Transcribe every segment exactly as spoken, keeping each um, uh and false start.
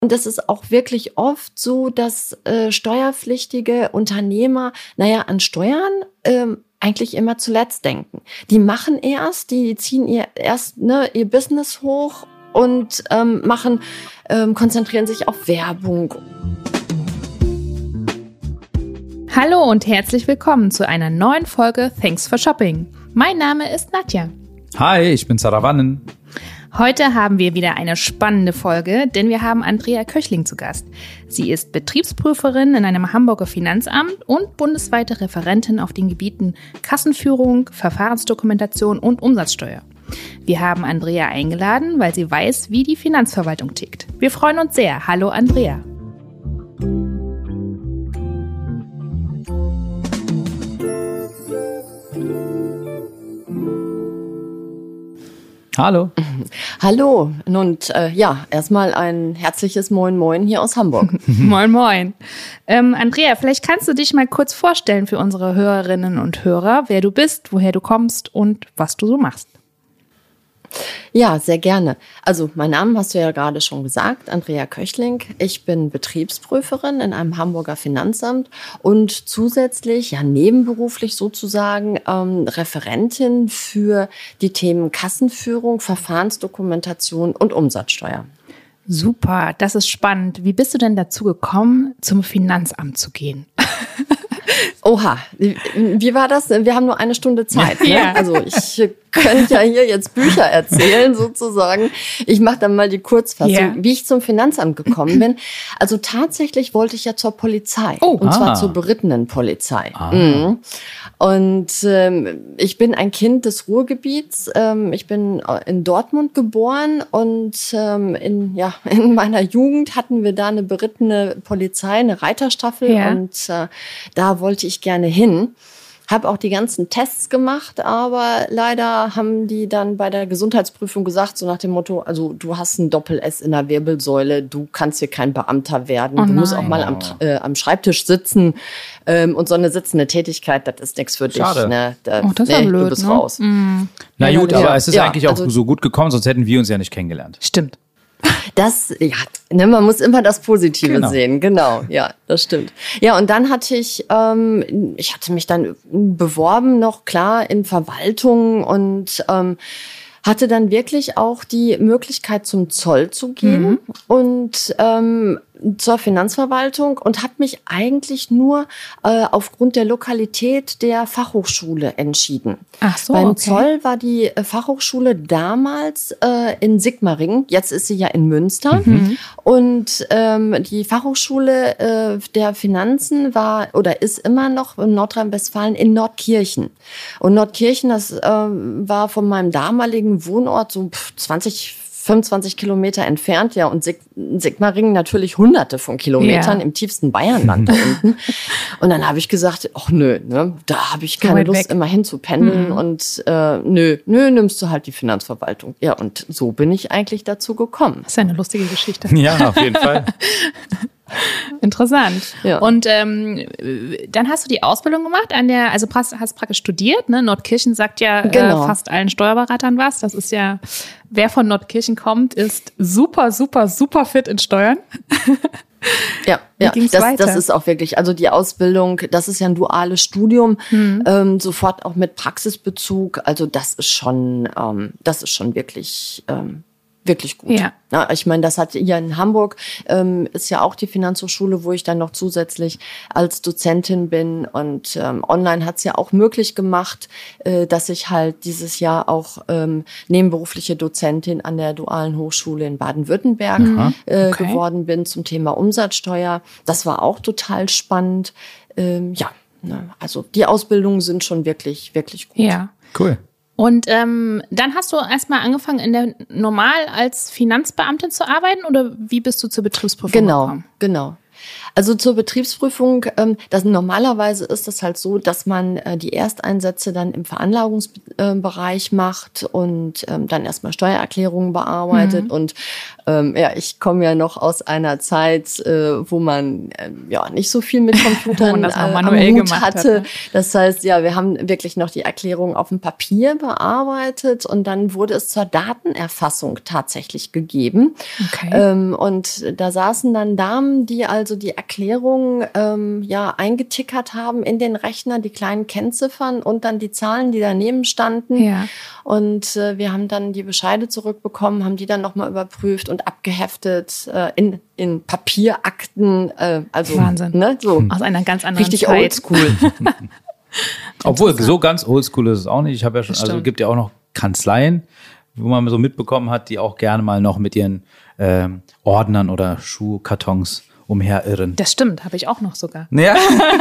Und das ist auch wirklich oft so, dass äh, steuerpflichtige Unternehmer, naja, an Steuern ähm, eigentlich immer zuletzt denken. Die machen erst, die ziehen ihr erst ne, ihr Business hoch und ähm, machen, ähm, konzentrieren sich auf Werbung. Hallo und herzlich willkommen zu einer neuen Folge Thanks for Shopping. Mein Name ist Nadja. Hi, ich bin Saravannen. Heute haben wir wieder eine spannende Folge, denn wir haben Andrea Köchling zu Gast. Sie ist Betriebsprüferin in einem Hamburger Finanzamt und bundesweite Referentin auf den Gebieten Kassenführung, Verfahrensdokumentation und Umsatzsteuer. Wir haben Andrea eingeladen, weil sie weiß, wie die Finanzverwaltung tickt. Wir freuen uns sehr. Hallo Andrea. Hallo. Hallo. Und äh, ja, erstmal ein herzliches Moin Moin hier aus Hamburg. Moin Moin. Ähm, Andrea, vielleicht kannst du dich mal kurz vorstellen für unsere Hörerinnen und Hörer, wer du bist, woher du kommst und was du so machst. Ja, sehr gerne. Also mein Name hast du ja gerade schon gesagt, Andrea Köchling. Ich bin Betriebsprüferin in einem Hamburger Finanzamt und zusätzlich, ja nebenberuflich sozusagen, ähm, Referentin für die Themen Kassenführung, Verfahrensdokumentation und Umsatzsteuer. Super, das ist spannend. Wie bist du denn dazu gekommen, zum Finanzamt zu gehen? Oha, wie war das? Wir haben nur eine Stunde Zeit. Ne? Ja. Also ich könnte ja hier jetzt Bücher erzählen sozusagen. Ich mache dann mal die Kurzfassung, Ja. wie ich zum Finanzamt gekommen bin. Also tatsächlich wollte ich ja zur Polizei. Oh. Und zwar Ah. zur berittenen Polizei. Ah. Mhm. Und ähm, ich bin ein Kind des Ruhrgebiets. Ähm, ich bin in Dortmund geboren und ähm, in, ja, in meiner Jugend hatten wir da eine berittene Polizei, eine Reiterstaffel. Ja. Und äh, da wollte ich gerne hin. Habe auch die ganzen Tests gemacht, aber leider haben die dann bei der Gesundheitsprüfung gesagt, so nach dem Motto, also du hast ein Doppel-S in der Wirbelsäule, du kannst hier kein Beamter werden, Oh du musst nein. auch mal am, äh, am Schreibtisch sitzen ähm, und so eine sitzende Tätigkeit, das ist nichts für dich. Schade. Ne? Da, Oh, das ist nee, ja blöd, du bist ne? raus. Mm, Na Ja, gut, ja. aber es ist Ja, eigentlich auch also- so gut gekommen, sonst hätten wir uns ja nicht kennengelernt. stimmt. Das, ja, ne, man muss immer das Positive Genau. sehen, genau, ja, das stimmt. Ja, und dann hatte ich, ähm, ich hatte mich dann beworben, noch klar, in Verwaltung und ähm, hatte dann wirklich auch die Möglichkeit, zum Zoll zu gehen Mhm. und ähm, zur Finanzverwaltung und habe mich eigentlich nur äh, aufgrund der Lokalität der Fachhochschule entschieden. Ach so, Beim okay. Zoll war die äh, Fachhochschule damals äh, in Sigmaringen, jetzt ist sie ja in Münster. Mhm. Und ähm, die Fachhochschule äh, der Finanzen war oder ist immer noch in Nordrhein-Westfalen in Nordkirchen. Und Nordkirchen, das ähm, war von meinem damaligen Wohnort so pff, zwanzig, fünfundzwanzig Kilometer entfernt, ja, und Sig- Sigmaringen natürlich hunderte von Kilometern Ja. im tiefsten Bayernland da unten. Und dann habe ich gesagt, ach nö, ne, da habe ich So keine weit Lust, weg. immer hinzupendeln Mhm. und äh, nö, nö, nimmst du halt die Finanzverwaltung. Ja, und so bin ich eigentlich dazu gekommen. Das ist ja eine lustige Geschichte. Ja, auf jeden Fall. Interessant. Ja. Und ähm, dann hast du die Ausbildung gemacht an der, also hast, hast praktisch studiert, ne? Nordkirchen sagt ja Genau. äh, fast allen Steuerberatern was. Das ist ja, wer von Nordkirchen kommt, ist super, super, super fit in Steuern. Ja, Wie ja, ging's das, weiter? das ist auch wirklich, also die Ausbildung, das ist ja ein duales Studium, ähm, sofort auch mit Praxisbezug. Also das ist schon, ähm, das ist schon wirklich, ähm, wirklich gut. Ja. Ja, ich meine, das hat hier in Hamburg, ähm, ist ja auch die Finanzhochschule, wo ich dann noch zusätzlich als Dozentin bin. Und ähm, online hat's ja auch möglich gemacht, äh, dass ich halt dieses Jahr auch ähm, nebenberufliche Dozentin an der Dualen Hochschule in Baden-Württemberg äh, Okay. geworden bin zum Thema Umsatzsteuer. Das war auch total spannend. Ähm, ja, ne, also die Ausbildungen sind schon wirklich, wirklich gut. Ja. Cool. Und ähm, dann hast du erstmal angefangen, in der normal als Finanzbeamtin zu arbeiten oder wie bist du zur Betriebsprüfung Genau, gekommen? genau. Also zur Betriebsprüfung, ähm, das normalerweise ist das halt so, dass man äh, die Ersteinsätze dann im Veranlagungsbereich äh, macht und ähm, dann erstmal Steuererklärungen bearbeitet. Mhm. Und ähm, ja, ich komme ja noch aus einer Zeit, äh, wo man äh, ja nicht so viel mit Computern das noch äh, manuell am Hut gemacht hatte. Hat, ne? Das heißt, ja, wir haben wirklich noch die Erklärung auf dem Papier bearbeitet und dann wurde es zur Datenerfassung tatsächlich gegeben. Okay. Ähm, und da saßen dann Damen, die also die Erklärung ähm, ja eingetickert haben in den Rechner, die kleinen Kennziffern und dann die Zahlen, die daneben standen. Ja. Und äh, wir haben dann die Bescheide zurückbekommen, haben die dann nochmal überprüft und abgeheftet äh, in, in Papierakten. Äh, also, Wahnsinn. Ne, so. Aus einer ganz anderen Richtig Zeit. oldschool. Obwohl, so ganz oldschool ist es auch nicht. Ich habe ja schon, also es gibt ja auch noch Kanzleien, wo man so mitbekommen hat, die auch gerne mal noch mit ihren ähm, Ordnern oder Schuhkartons umherirren. Das stimmt, habe ich auch noch sogar. Ja.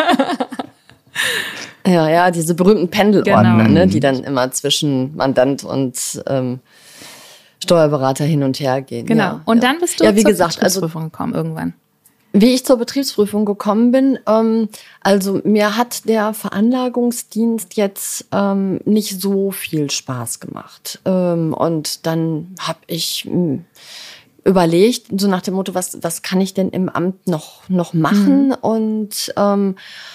Ja, ja, diese berühmten Pendelordner, Genau. ne, die dann immer zwischen Mandant und ähm, Steuerberater hin und her gehen. Genau. Ja, und ja. dann bist du ja, wie zur gesagt, also Betriebsprüfung gekommen irgendwann. wie ich zur Betriebsprüfung gekommen bin, ähm, also mir hat der Veranlagungsdienst jetzt ähm, nicht so viel Spaß gemacht. Ähm, und dann habe ich mh, überlegt, so nach dem Motto, was, was kann ich denn im Amt noch, noch machen? Mhm. Und ähm,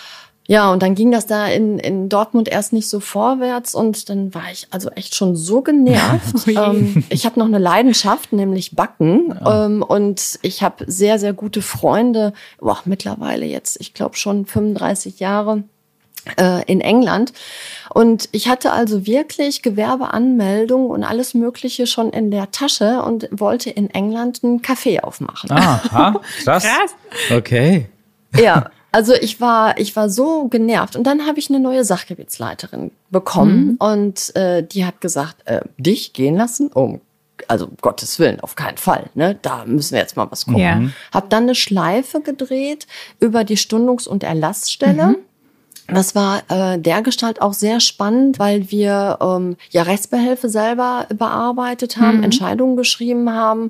ja, und dann ging das da in, in Dortmund erst nicht so vorwärts und dann war ich also echt schon so genervt. ähm, ich habe noch eine Leidenschaft, nämlich Backen. Ja. Ähm, und ich habe sehr, sehr gute Freunde, boah, mittlerweile jetzt, ich glaube schon fünfunddreißig Jahre äh, in England. Und ich hatte also wirklich Gewerbeanmeldung und alles Mögliche schon in der Tasche und wollte in England einen Café aufmachen. Aha, krass. Krass. Okay. Ja. Also ich war, ich war so genervt. Und dann habe ich eine neue Sachgebietsleiterin bekommen. Mhm. Und äh, die hat gesagt, äh, dich gehen lassen? Oh, also um Gottes Willen, auf keinen Fall. Ne? Da müssen wir jetzt mal was gucken. Ja. Hab dann eine Schleife gedreht über die Stundungs- und Erlassstelle. Mhm. Das war äh, dergestalt auch sehr spannend, weil wir ähm, ja Rechtsbehelfe selber bearbeitet haben, mhm. Entscheidungen geschrieben haben.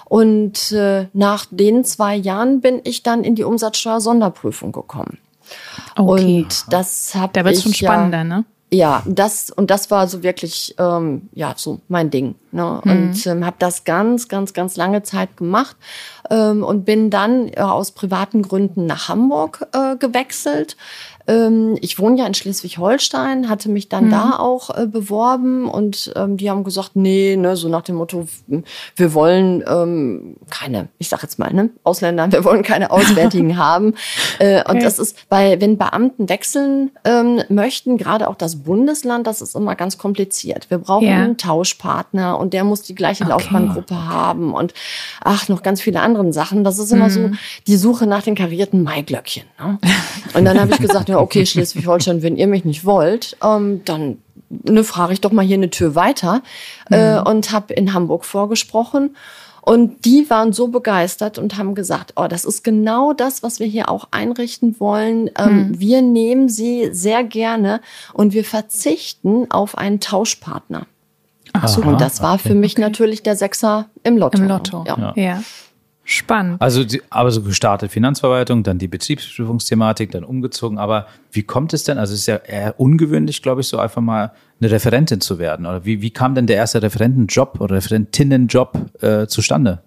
Und äh, nach den zwei Jahren bin ich dann in die Umsatzsteuer-Sonderprüfung gekommen. Okay. Und das habe ich Da wird's schon spannender, ja, ne? Ja, das und das war so wirklich ähm, ja so mein Ding. Ne? Mhm. Und ähm, habe das ganz, ganz, ganz lange Zeit gemacht ähm, und bin dann äh, aus privaten Gründen nach Hamburg äh, gewechselt. Ähm, ich wohne ja in Schleswig-Holstein, hatte mich dann mhm. da auch äh, beworben und ähm, die haben gesagt, nee, ne, so nach dem Motto, wir wollen ähm, keine, ich sag jetzt mal, ne, Ausländer, wir wollen keine Auswärtigen haben. Äh, und okay. das ist bei, wenn Beamten wechseln ähm, möchten, gerade auch das Bundesland, das ist immer ganz kompliziert. Wir brauchen ja. einen Tauschpartner und der muss die gleiche okay. Laufbahngruppe haben und ach, noch ganz viele andere Sachen. Das ist immer mhm. so die Suche nach den karierten Maiglöckchen. Ne? Und dann habe ich gesagt, ja, okay, Schleswig-Holstein, wenn ihr mich nicht wollt, ähm, dann ne, frage ich doch mal hier eine Tür weiter mhm. äh, und habe in Hamburg vorgesprochen. Und die waren so begeistert und haben gesagt, oh, das ist genau das, was wir hier auch einrichten wollen. Ähm, mhm. Wir nehmen sie sehr gerne und wir verzichten auf einen Tauschpartner. Ach so. Und das war für okay. mich okay. natürlich der Sechser im Lotto. Im Lotto, ja. ja. ja. Spannend. Also, aber so gestartet Finanzverwaltung, dann die Betriebsprüfungsthematik, dann umgezogen. Aber wie kommt es denn? Also, es ist ja eher ungewöhnlich, glaube ich, so einfach mal eine Referentin zu werden. Oder wie, wie kam denn der erste Referentenjob oder Referentinnenjob äh, zustande?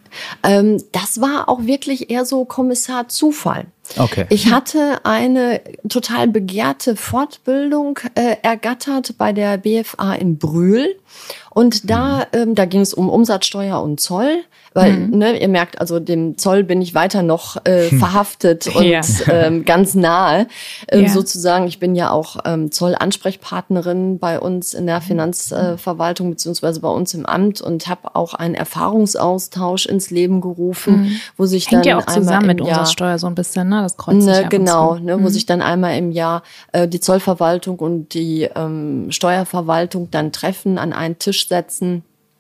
Ähm, das war auch wirklich eher so Kommissar Zufall. Okay. Ich hatte eine total begehrte Fortbildung äh, ergattert bei der B F A in Brühl. Und da, mhm. ähm, da ging es um Umsatzsteuer und Zoll. Weil, mhm. ne, ihr merkt, also dem Zoll bin ich weiter noch äh, verhaftet und ja. ähm, ganz nahe. Ähm, ja. Sozusagen, ich bin ja auch ähm, Zollansprechpartnerin bei uns in der Finanzverwaltung beziehungsweise bei uns im Amt und habe auch einen Erfahrungsaustausch ins Leben gerufen, mhm. wo sich Hängt dann ja auch zusammen mit Jahr, Umsatzsteuer so ein bisschen, ne? Das kreuzt sich ne, ab genau, und so. ne, mhm. wo sich dann einmal im Jahr äh, die Zollverwaltung und die ähm, Steuerverwaltung dann treffen, an einen Tisch setzen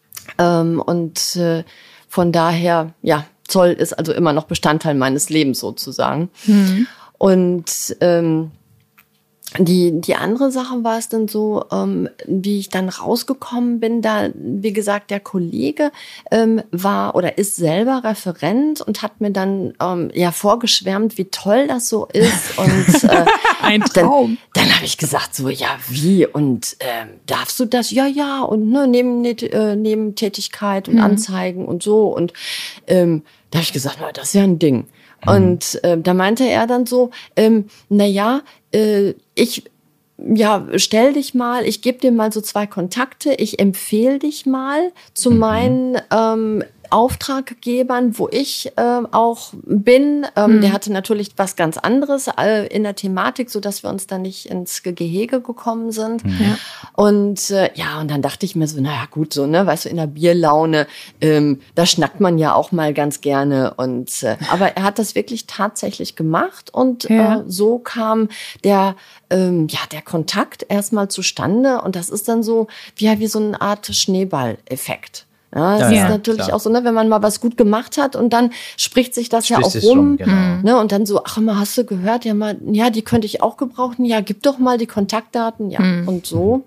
ähm, und äh, von daher, ja, Zoll ist also immer noch Bestandteil meines Lebens sozusagen. Mhm. Und ähm, Die, die andere Sache war es dann so, ähm, wie ich dann rausgekommen bin, da, wie gesagt, der Kollege ähm, war oder ist selber Referent und hat mir dann ähm, ja vorgeschwärmt, wie toll das so ist. Und äh, ein Traum. Dann, dann habe ich gesagt so, ja, wie? Und ähm, darfst du das? Ja, ja. Und ne, neben, äh, Nebentätigkeit und mhm. Anzeigen und so. Und ähm, da habe ich gesagt, na, das ist ja ein Ding. Mhm. Und äh, da meinte er dann so, ähm, na ja, äh, ich, ja, stell dich mal, ich gebe dir mal so zwei Kontakte, ich empfehle dich mal zu mhm. meinen ähm, Auftraggebern, wo ich äh, auch bin. Ähm, mhm. Der hatte natürlich was ganz anderes äh, in der Thematik, so dass wir uns da nicht ins Gehege gekommen sind. Mhm. Ja. Und äh, ja, und dann dachte ich mir so, naja, gut, so, ne, weißt du, in der Bierlaune, ähm, da schnackt man ja auch mal ganz gerne. Und äh, aber er hat das wirklich tatsächlich gemacht und ja. äh, so kam der ähm, ja der Kontakt erstmal zustande. Und das ist dann so wie, wie so eine Art Schneeball-Effekt. Ja, das ja, ist ja, natürlich klar. auch so, ne, wenn man mal was gut gemacht hat und dann spricht sich das spricht ja auch rum. Schon, genau. Ne, und dann so, ach immer, hast du gehört, ja mal, ja, die könnte ich auch gebrauchen. Ja, gib doch mal die Kontaktdaten. Ja, mhm. und so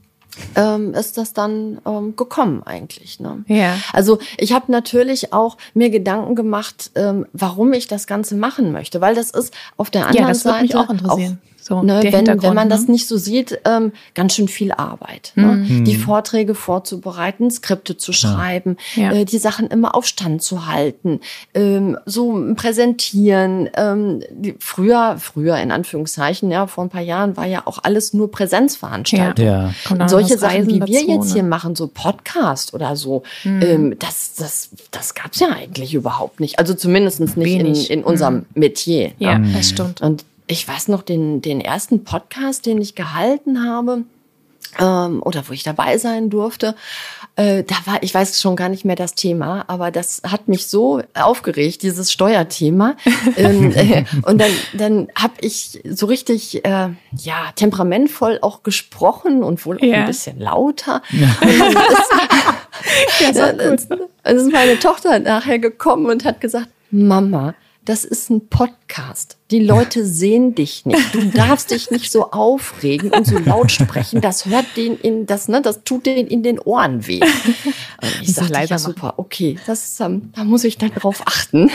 ähm, ist das dann ähm, gekommen eigentlich. Ne? Ja. Also ich habe natürlich auch mir Gedanken gemacht, ähm, warum ich das Ganze machen möchte, weil das ist auf der anderen ja, das Seite mich auch interessieren. Auch, So, ne, wenn, wenn man ne? das nicht so sieht, ähm, ganz schön viel Arbeit. Ne? Mhm. Die Vorträge vorzubereiten, Skripte zu schreiben, ja. äh, die Sachen immer auf Stand zu halten, ähm, so präsentieren. Ähm, die, früher, früher in Anführungszeichen, ja, vor ein paar Jahren war ja auch alles nur Präsenzveranstaltungen. Ja. Ja. Und solche Sachen, wie wir dazu, jetzt hier ne? machen, so Podcast oder so, mhm. ähm, das, das, das gab's ja eigentlich überhaupt nicht. Also zumindest nicht in, in unserem mhm. Metier. Ja, ne? das stimmt. Und ich weiß noch, den, den ersten Podcast, den ich gehalten habe, ähm, oder wo ich dabei sein durfte, äh, da war, ich weiß schon gar nicht mehr das Thema, aber das hat mich so aufgeregt, dieses Steuerthema. ähm, äh, und dann, dann habe ich so richtig, äh, ja, temperamentvoll auch gesprochen und wohl auch ja. ein bisschen lauter. Ja. Und dann ist, ja, dann ist meine Tochter nachher gekommen und hat gesagt, Mama, das ist ein Podcast. Die Leute sehen dich nicht. Du darfst dich nicht so aufregen und so laut sprechen. Das hört den in das, ne, das tut denen in den Ohren weh. Und ich sagte, ja, super, okay, das, ähm, da muss ich dann drauf achten.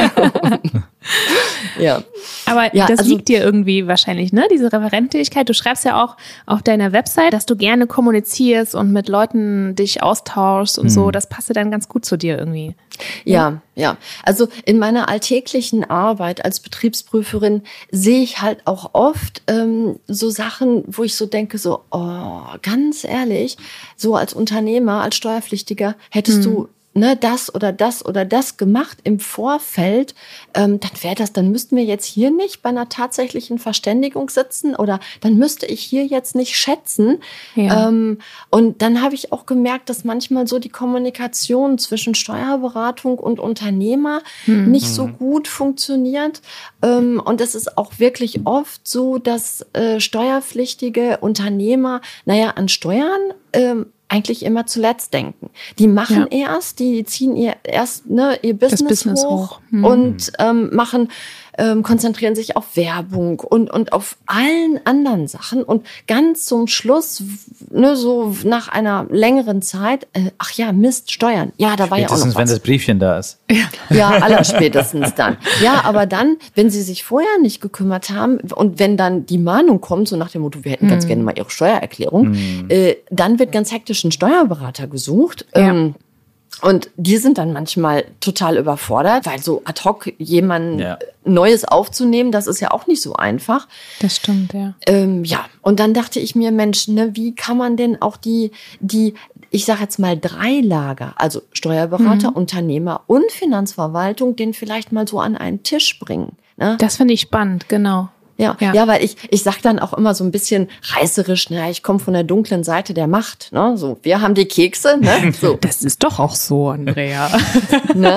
Ja. Aber ja, das also, liegt dir irgendwie wahrscheinlich, ne? Diese Referenttätigkeit. Du schreibst ja auch auf deiner Website, dass du gerne kommunizierst und mit Leuten dich austauschst und mhm. so. Das passt dann ganz gut zu dir irgendwie. Ja, ja. Also in meiner alltäglichen Arbeit als Betriebsprüferin sehe ich halt auch oft ähm, so Sachen, wo ich so denke, so, oh, ganz ehrlich, so als Unternehmer, als Steuerpflichtiger hättest mhm. du ne, das oder das oder das gemacht im Vorfeld, ähm, dann wäre das, dann müssten wir jetzt hier nicht bei einer tatsächlichen Verständigung sitzen oder dann müsste ich hier jetzt nicht schätzen. Ja. Ähm, und dann habe ich auch gemerkt, dass manchmal so die Kommunikation zwischen Steuerberatung und Unternehmer hm. nicht so gut funktioniert. Ähm, und es ist auch wirklich oft so, dass äh, steuerpflichtige Unternehmer, naja, an Steuern ähm, eigentlich immer zuletzt denken. Die machen ja. erst, die ziehen ihr erst ne, ihr Business, Business hoch, hoch. Mhm. und ähm, machen, ähm, konzentrieren sich auf Werbung und und auf allen anderen Sachen und ganz zum Schluss, ne, so nach einer längeren Zeit, äh, ach ja, Mist, Steuern. Ja, da war ja auch noch was. Spätestens, wenn das Briefchen da ist. Ja, ja, allerspätestens dann. Ja, aber dann, wenn sie sich vorher nicht gekümmert haben und wenn dann die Mahnung kommt, so nach dem Motto, wir hätten mhm. ganz gerne mal ihre Steuererklärung, mhm. äh, dann wird ganz hektisch ein Steuerberater gesucht. Ja. Ähm, Und die sind dann manchmal total überfordert, weil so ad hoc jemanden ja. Neues aufzunehmen, das ist ja auch nicht so einfach. Das stimmt, ja. Ähm, ja, und dann dachte ich mir, Mensch, ne, wie kann man denn auch die, die, ich sage jetzt mal drei Lager, also Steuerberater, mhm. Unternehmer und Finanzverwaltung, den vielleicht mal so an einen Tisch bringen. Ne? Das finde ich spannend, genau. Ja, ja, ja, weil ich ich sag dann auch immer so ein bisschen reißerisch, ne, ich komme von der dunklen Seite der Macht, ne, so, wir haben die Kekse, ne, so. Das ist doch auch so, Andrea. Ne?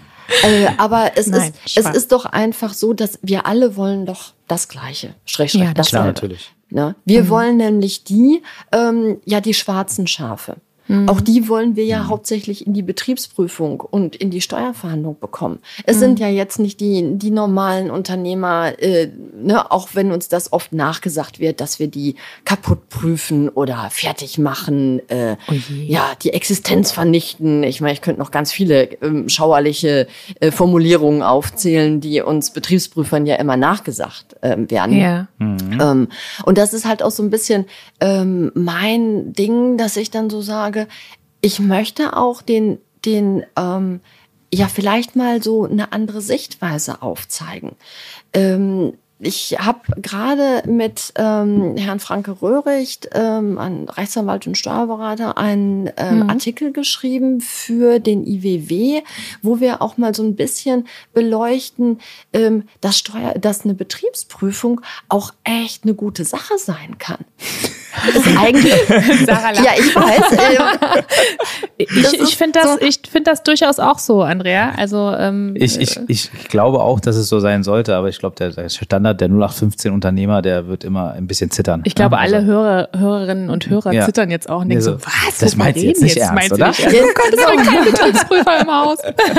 Äh, aber es Nein, ist es ist doch einfach so, dass wir alle wollen doch das Gleiche, Schrägstrich, ja, das klar, natürlich. Ne? Wir mhm. wollen nämlich die, ähm, ja, die schwarzen Schafe. Mhm. Auch die wollen wir ja mhm. hauptsächlich in die Betriebsprüfung und in die Steuerverhandlung bekommen. Es mhm. sind ja jetzt nicht die, die normalen Unternehmer, äh, ne, auch wenn uns das oft nachgesagt wird, dass wir die kaputt prüfen oder fertig machen, äh, oh ja, die Existenz vernichten. Ich meine, ich könnte noch ganz viele ähm, schauerliche äh, Formulierungen aufzählen, die uns Betriebsprüfern ja immer nachgesagt äh, werden. Ja. Mhm. Ähm, und das ist halt auch so ein bisschen ähm, mein Ding, dass ich dann so sage, ich möchte auch den, den ähm, ja vielleicht mal so eine andere Sichtweise aufzeigen. Ähm, ich habe gerade mit ähm, Herrn Franke Röhricht, ähm, ein Rechtsanwalt und Steuerberater, einen ähm, mhm. Artikel geschrieben für den I W W, wo wir auch mal so ein bisschen beleuchten, ähm, dass Steuer, dass eine Betriebsprüfung auch echt eine gute Sache sein kann. Ist eigentlich Sarah ja, ich weiß. Äh, ich ich finde das, so. ich finde das durchaus auch so, Andrea. Also ähm, ich, ich, ich glaube auch, dass es so sein sollte, aber ich glaube, der, der Standard, der null acht fünfzehn Unternehmer, der wird immer ein bisschen zittern. Ich glaube, ja, alle also. Hörer, Hörerinnen und Hörer ja. zittern jetzt auch und denken nee, so, was? Das meinst du jetzt nicht jetzt ernst, oder? Nicht ernst. Oh Gott, es gibt keinen Betriebsprüfer im Haus.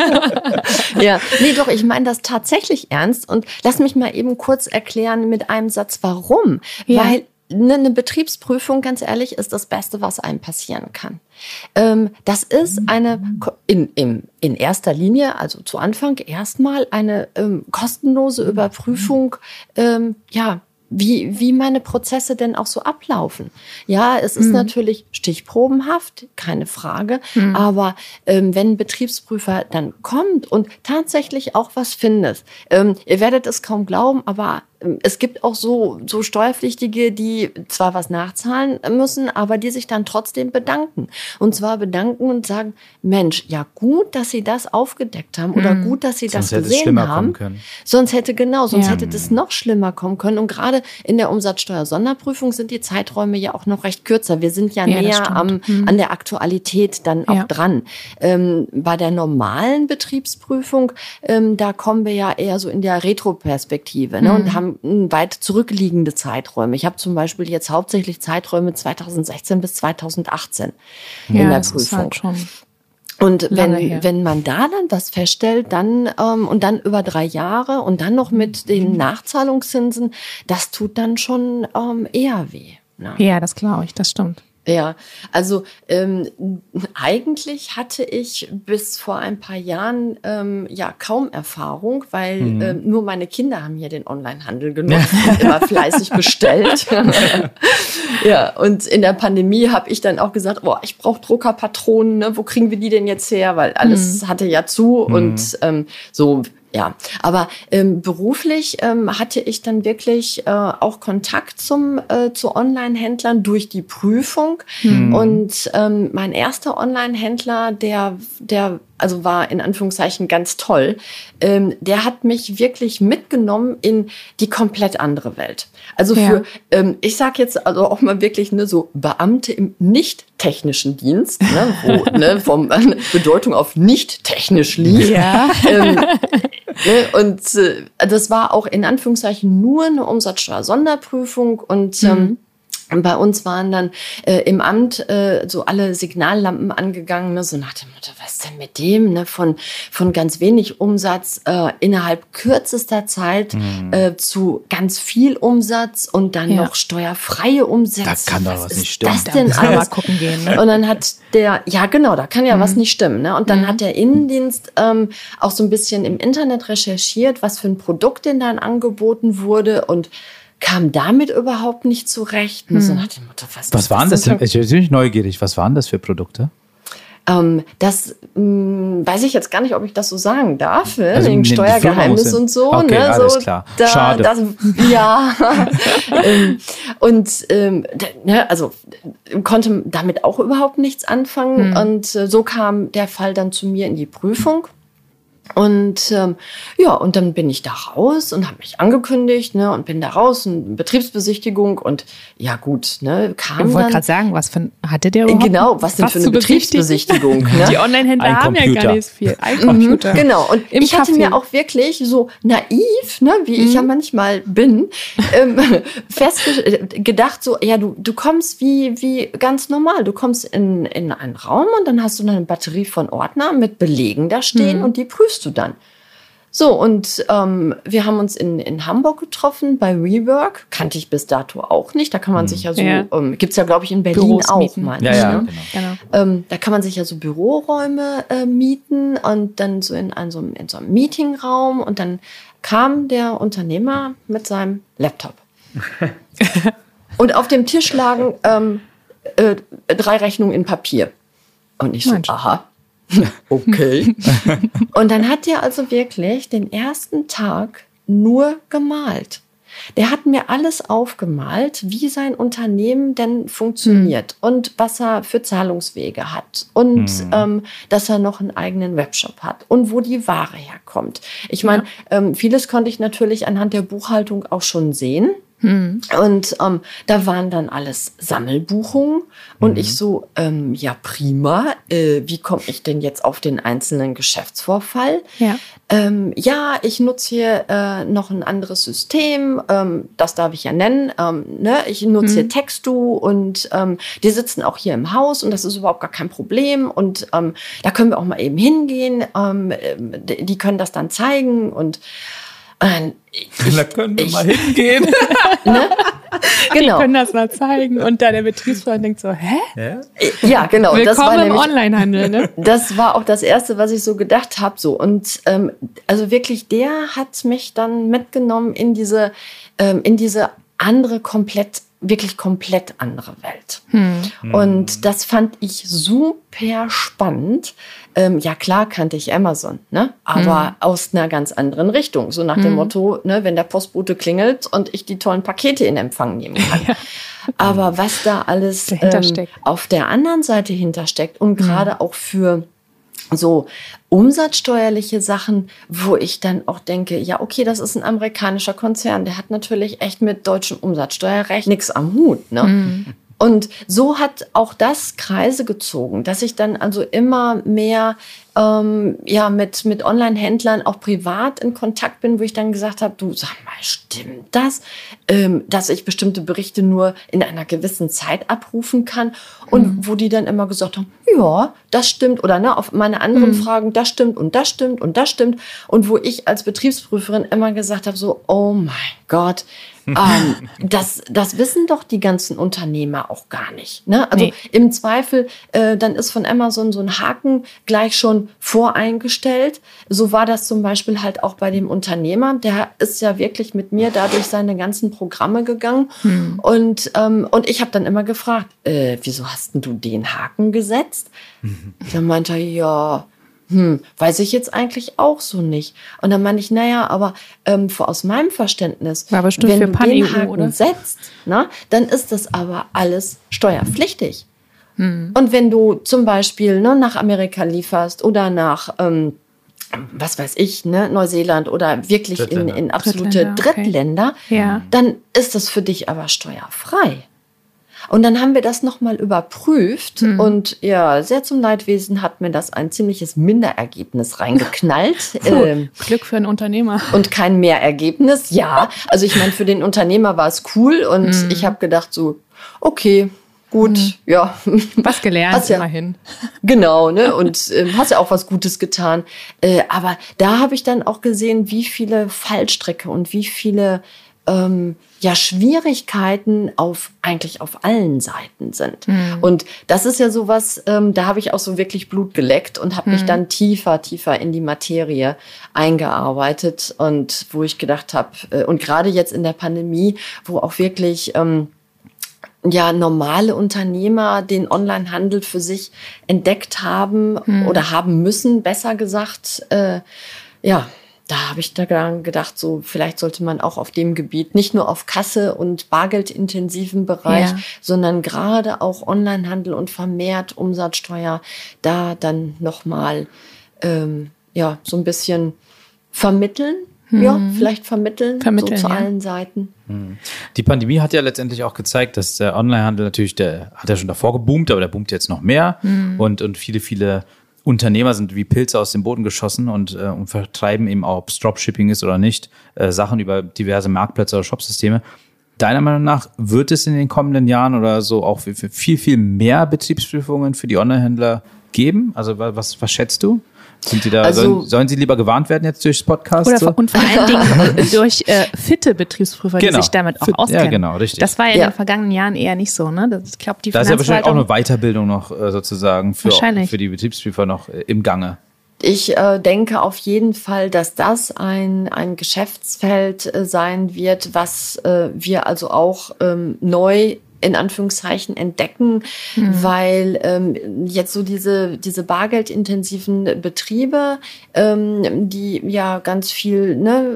Ja, nee, doch, ich meine das tatsächlich ernst und lass mich mal eben kurz erklären mit einem Satz, warum. Ja. Weil eine Betriebsprüfung, ganz ehrlich, ist das Beste, was einem passieren kann. Ähm, das ist eine, in, in, in erster Linie, also zu Anfang erstmal eine ähm, kostenlose Überprüfung, ähm, ja, wie, wie meine Prozesse denn auch so ablaufen. Ja, es ist mhm. natürlich stichprobenhaft, keine Frage. Mhm. Aber ähm, wenn ein Betriebsprüfer dann kommt und tatsächlich auch was findet, ähm, ihr werdet es kaum glauben, aber ähm, es gibt auch so, so Steuerpflichtige, die zwar was nachzahlen müssen, aber die sich dann trotzdem bedanken. Und zwar bedanken und sagen, Mensch, ja gut, dass Sie das aufgedeckt haben oder mhm. gut, dass Sie sonst das gesehen haben. Sonst hätte genau, sonst ja. hätte das noch schlimmer kommen können. Und gerade in der Umsatzsteuer-Sonderprüfung sind die Zeiträume ja auch noch recht kürzer. Wir sind ja, ja näher am, mhm. an der Aktualität dann auch ja. dran. Ähm, bei der normalen Betriebsprüfung, ähm, da kommen wir ja eher so in der Retroperspektive, ne, mhm. und haben weit zurückliegende Zeiträume. Ich habe zum Beispiel jetzt hauptsächlich Zeiträume zweitausendsechzehn bis zweitausendachtzehn ja, in der das Prüfung. Ist halt schon Und wenn, wenn man da dann was feststellt, dann ähm, und dann über drei Jahre und dann noch mit den Nachzahlungszinsen, das tut dann schon ähm, eher weh. Ne? Ja, das glaube ich, das stimmt. Ja, also ähm, eigentlich hatte ich bis vor ein paar Jahren ähm, ja kaum Erfahrung, weil mhm. ähm, nur meine Kinder haben hier den Onlinehandel genutzt und immer fleißig bestellt. Ja, und in der Pandemie habe ich dann auch gesagt, boah, ich brauche Druckerpatronen, ne? Wo kriegen wir die denn jetzt her? Weil alles mhm. hatte ja zu mhm. und ähm, so. Ja, aber ähm, beruflich ähm, hatte ich dann wirklich äh, auch Kontakt zum äh, zu Online-Händlern durch die Prüfung. Mhm. Und ähm, mein erster Online-Händler, der der also war in Anführungszeichen ganz toll, ähm, der hat mich wirklich mitgenommen in die komplett andere Welt. Also ja. für, ähm, ich sag jetzt also auch mal wirklich ne so Beamte im nicht technischen Dienst, ne, wo ne, vom äh, Bedeutung auf nicht technisch liegt. Ja. Ähm, ne, und äh, das war auch in Anführungszeichen nur eine Umsatzsteuer-Sonderprüfung und ähm, mhm. bei uns waren dann äh, im Amt äh, so alle Signallampen angegangen, ne, so nach dem Motto, was ist denn mit dem, ne, von von ganz wenig Umsatz äh, innerhalb kürzester Zeit mhm. äh, zu ganz viel Umsatz und dann ja. noch steuerfreie Umsätze. Da kann doch was, was nicht stimmen. Das denn da alles? Mal gucken gehen, ne? Und dann hat der, ja genau, da kann ja mhm. was nicht stimmen, ne? Und dann mhm. hat der Innendienst ähm, auch so ein bisschen im Internet recherchiert, was für ein Produkt denn dann angeboten wurde und kam damit überhaupt nicht zurecht. Hm. So nach dem Motto, was was waren das denn? Ich bin ziemlich neugierig. Was waren das für Produkte? Ähm, das mh, weiß ich jetzt gar nicht, ob ich das so sagen darf, ne? Also, wegen Steuergeheimnis und so. Okay, ne? alles so, klar. Da, Schade. Das, ja. ähm, und ähm, ne, also konnte damit auch überhaupt nichts anfangen. Hm. Und äh, so kam der Fall dann zu mir in die Prüfung. Und ähm, ja, und dann bin ich da raus und habe mich angekündigt, ne, und bin da raus, eine Betriebsbesichtigung und ja gut, ne, kam Ich wollte dann. gerade sagen, was für, hatte der überhaupt? Genau, was denn was für eine zu Betriebsbesichtigung? Ne? Die Online-Händler Ein haben ja Computer. gar nicht viel. Ein Computer. Mhm, genau, und Im ich hatte Café. mir auch wirklich so naiv, ne, wie ich ja manchmal bin, ähm, festge- gedacht so, ja, du, du kommst wie, wie ganz normal, du kommst in, in einen Raum und dann hast du eine Batterie von Ordnern mit Belegen da stehen und die prüfst du dann. So, und ähm, wir haben uns in, in Hamburg getroffen bei WeWork. Kannte ich bis dato auch nicht. Da kann man sich ja so, Ja. ähm, gibt's ja, glaube ich, in Berlin Büros auch, mieten. meine Ja, ich. ja, Ne? genau. Genau. Ähm, da kann man sich ja so Büroräume äh, mieten und dann so in, ein, so in so einem Meetingraum. Und dann kam der Unternehmer mit seinem Laptop. Und auf dem Tisch lagen ähm, äh, drei Rechnungen in Papier. Und ich so, Mensch. aha. Okay. Und dann hat er also wirklich den ersten Tag nur gemalt. Der hat mir alles aufgemalt, wie sein Unternehmen denn funktioniert mhm. und was er für Zahlungswege hat und mhm. ähm, dass er noch einen eigenen Webshop hat und wo die Ware herkommt. Ich meine, ja. ähm, vieles konnte ich natürlich anhand der Buchhaltung auch schon sehen. Mhm. Und ähm, da waren dann alles Sammelbuchungen. Und mhm. ich so, ähm, ja prima, äh, wie komme ich denn jetzt auf den einzelnen Geschäftsvorfall? Ja, ähm, ja ich nutze hier äh, noch ein anderes System, ähm, das darf ich ja nennen. Ähm, ne? Ich nutze mhm. hier Textu und ähm, die sitzen auch hier im Haus und das ist überhaupt gar kein Problem. Und ähm, da können wir auch mal eben hingehen. Ähm, die, die können das dann zeigen und Ich, da können wir ich, mal hingehen. Ne? Genau. Die können das mal zeigen. Und da der Betriebsfreund denkt so, hä? Ja, ja genau. Willkommen das war im nämlich, Onlinehandel, ne? Das war auch das Erste, was ich so gedacht habe. So. Und ähm, also wirklich, der hat mich dann mitgenommen in diese, ähm, in diese andere komplett wirklich komplett andere Welt. Hm. Und das fand ich super spannend. Ähm, ja, klar kannte ich Amazon, ne? Aber hm. aus einer ganz anderen Richtung. So nach dem hm. Motto, ne, wenn der Postbote klingelt und ich die tollen Pakete in Empfang nehmen kann. Ja. Aber was da alles ähm, auf der anderen Seite hintersteckt und gerade hm. auch für so umsatzsteuerliche Sachen, wo ich dann auch denke, ja, okay, das ist ein amerikanischer Konzern, der hat natürlich echt mit deutschem Umsatzsteuerrecht nichts am Hut, ne? Mhm. Und so hat auch das Kreise gezogen, dass ich dann also immer mehr ähm, ja, mit, mit Online-Händlern auch privat in Kontakt bin, wo ich dann gesagt habe, du, sag mal, stimmt das, ähm, dass ich bestimmte Berichte nur in einer gewissen Zeit abrufen kann? Und mhm. wo die dann immer gesagt haben, ja, das stimmt. Oder ne, auf meine anderen mhm. Fragen, das stimmt und das stimmt und das stimmt. Und wo ich als Betriebsprüferin immer gesagt habe, so, oh mein Gott, ähm, das, das wissen doch die ganzen Unternehmer auch gar nicht. Ne? Also nee. Im Zweifel, äh, dann ist von Amazon so ein Haken gleich schon voreingestellt. So war das zum Beispiel halt auch bei dem Unternehmer. Der ist ja wirklich mit mir da durch seine ganzen Programme gegangen. Hm. Und, ähm, und ich habe dann immer gefragt, äh, wieso hast denn du den Haken gesetzt? Mhm. Dann meinte er, ja... Hm, weiß ich jetzt eigentlich auch so nicht. Und dann meine ich, naja, aber ähm, aus meinem Verständnis, wenn für du den Haken oder? setzt, na, dann ist das aber alles steuerpflichtig. Hm. Und wenn du zum Beispiel ne, nach Amerika lieferst oder nach, ähm, was weiß ich, ne, Neuseeland oder wirklich in, in absolute Drittländer, Drittländer okay. ja. dann ist das für dich aber steuerfrei. Und dann haben wir das nochmal überprüft hm. und ja, sehr zum Leidwesen hat mir das ein ziemliches Minderergebnis reingeknallt. ähm, Glück für einen Unternehmer. Und kein Mehrergebnis, ja. Also ich meine, für den Unternehmer war es cool und hm. ich habe gedacht so, okay, gut, hm. ja. Was gelernt, hast ja, immerhin. Genau, ne? Und äh, hast ja auch was Gutes getan. Äh, aber da habe ich dann auch gesehen, wie viele Fallstricke und wie viele Ähm, ja, Schwierigkeiten auf eigentlich auf allen Seiten sind. Mhm. Und das ist ja sowas, ähm, da habe ich auch so wirklich Blut geleckt und habe mhm. mich dann tiefer, tiefer in die Materie eingearbeitet und wo ich gedacht habe, äh, und gerade jetzt in der Pandemie, wo auch wirklich ähm, ja normale Unternehmer den Onlinehandel für sich entdeckt haben mhm. oder haben müssen, besser gesagt, äh, ja, da habe ich daran gedacht, so vielleicht sollte man auch auf dem Gebiet nicht nur auf Kasse und bargeldintensiven Bereich, ja. sondern gerade auch Onlinehandel und vermehrt Umsatzsteuer da dann nochmal ähm, ja, so ein bisschen vermitteln. Hm. Ja, vielleicht vermitteln, vermitteln so zu ja. allen Seiten. Die Pandemie hat ja letztendlich auch gezeigt, dass der Onlinehandel natürlich, der hat ja schon davor geboomt, aber der boomt jetzt noch mehr. Mhm. Und, und viele, viele Unternehmer sind wie Pilze aus dem Boden geschossen und, äh, und vertreiben eben auch, ob es Dropshipping ist oder nicht, äh, Sachen über diverse Marktplätze oder Shopsysteme. Deiner Meinung nach wird es in den kommenden Jahren oder so auch für viel, viel mehr Betriebsprüfungen für die Onlinehändler geben? Also was, was schätzt du? Sind die da, also, sollen, sollen sie lieber gewarnt werden jetzt durchs Podcast? Oder so? Und vor allen Dingen durch äh, fitte Betriebsprüfer, genau. die sich damit auch Fit, auskennen. Ja, genau, richtig. Das war ja, ja in den vergangenen Jahren eher nicht so, ne? Das, ich glaube, die Da ist ja wahrscheinlich auch eine Weiterbildung noch äh, sozusagen für, für die Betriebsprüfer noch äh, im Gange. Ich äh, denke auf jeden Fall, dass das ein, ein Geschäftsfeld äh, sein wird, was äh, wir also auch ähm, neu in Anführungszeichen entdecken, mhm. weil ähm, jetzt so diese, diese bargeldintensiven Betriebe, ähm, die ja ganz viel ne,